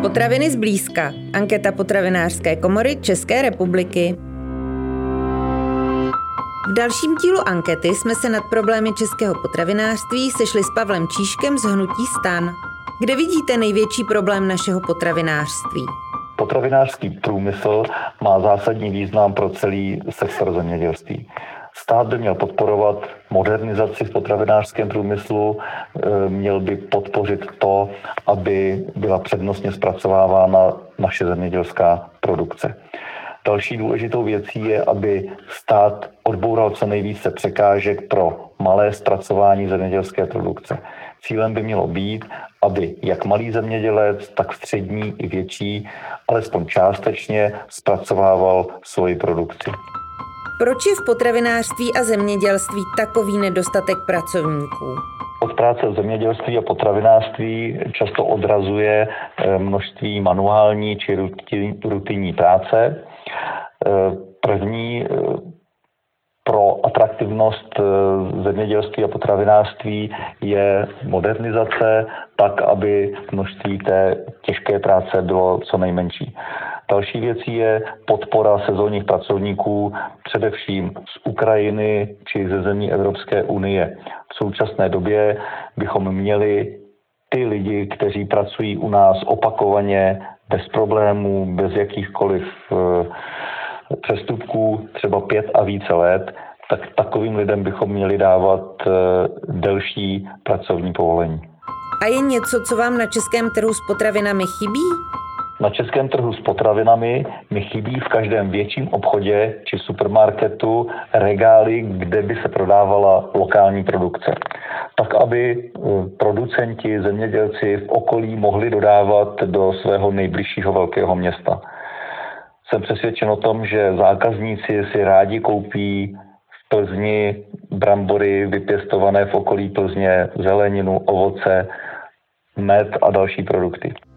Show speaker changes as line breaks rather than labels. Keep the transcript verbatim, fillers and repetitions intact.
Potraviny zblízka. Anketa Potravinářské komory České republiky. V dalším dílu ankety jsme se nad problémy českého potravinářství sešli s Pavlem Číškem z hnutí STAN. Kde vidíte největší problém našeho potravinářství?
Potravinářský průmysl má zásadní význam pro celý sektor zemědělství. Stát by měl podporovat modernizaci v potravinářském průmyslu, měl by podpořit to, aby byla přednostně zpracovávána naše zemědělská produkce. Další důležitou věcí je, aby stát odboural co nejvíce překážek pro malé zpracování zemědělské produkce. Cílem by mělo být, aby jak malý zemědělec, tak střední i větší, alespoň částečně zpracovával svoji produkci.
Proč je v potravinářství a zemědělství takový nedostatek pracovníků?
Od práce v zemědělství a potravinářství často odrazuje množství manuální či rutinní práce. První pro atraktivnost zemědělství a potravinářství je modernizace tak, aby množství té těžké práce bylo co nejmenší. Další věcí je podpora sezónních pracovníků, především z Ukrajiny či ze zemí Evropské unie. V současné době bychom měli ty lidi, kteří pracují u nás opakovaně, bez problémů, bez jakýchkoliv přestupků, třeba pět a více let, tak takovým lidem bychom měli dávat delší pracovní povolení.
A je něco, co vám na českém trhu s potravinami chybí?
Na českém trhu s potravinami mi chybí v každém větším obchodě či supermarketu regály, kde by se prodávala lokální produkce. Tak, aby producenti, zemědělci v okolí mohli dodávat do svého nejbližšího velkého města. Jsem přesvědčen o tom, že zákazníci si rádi koupí v Plzni brambory vypěstované v okolí Plzně, zeleninu, ovoce, med a další produkty.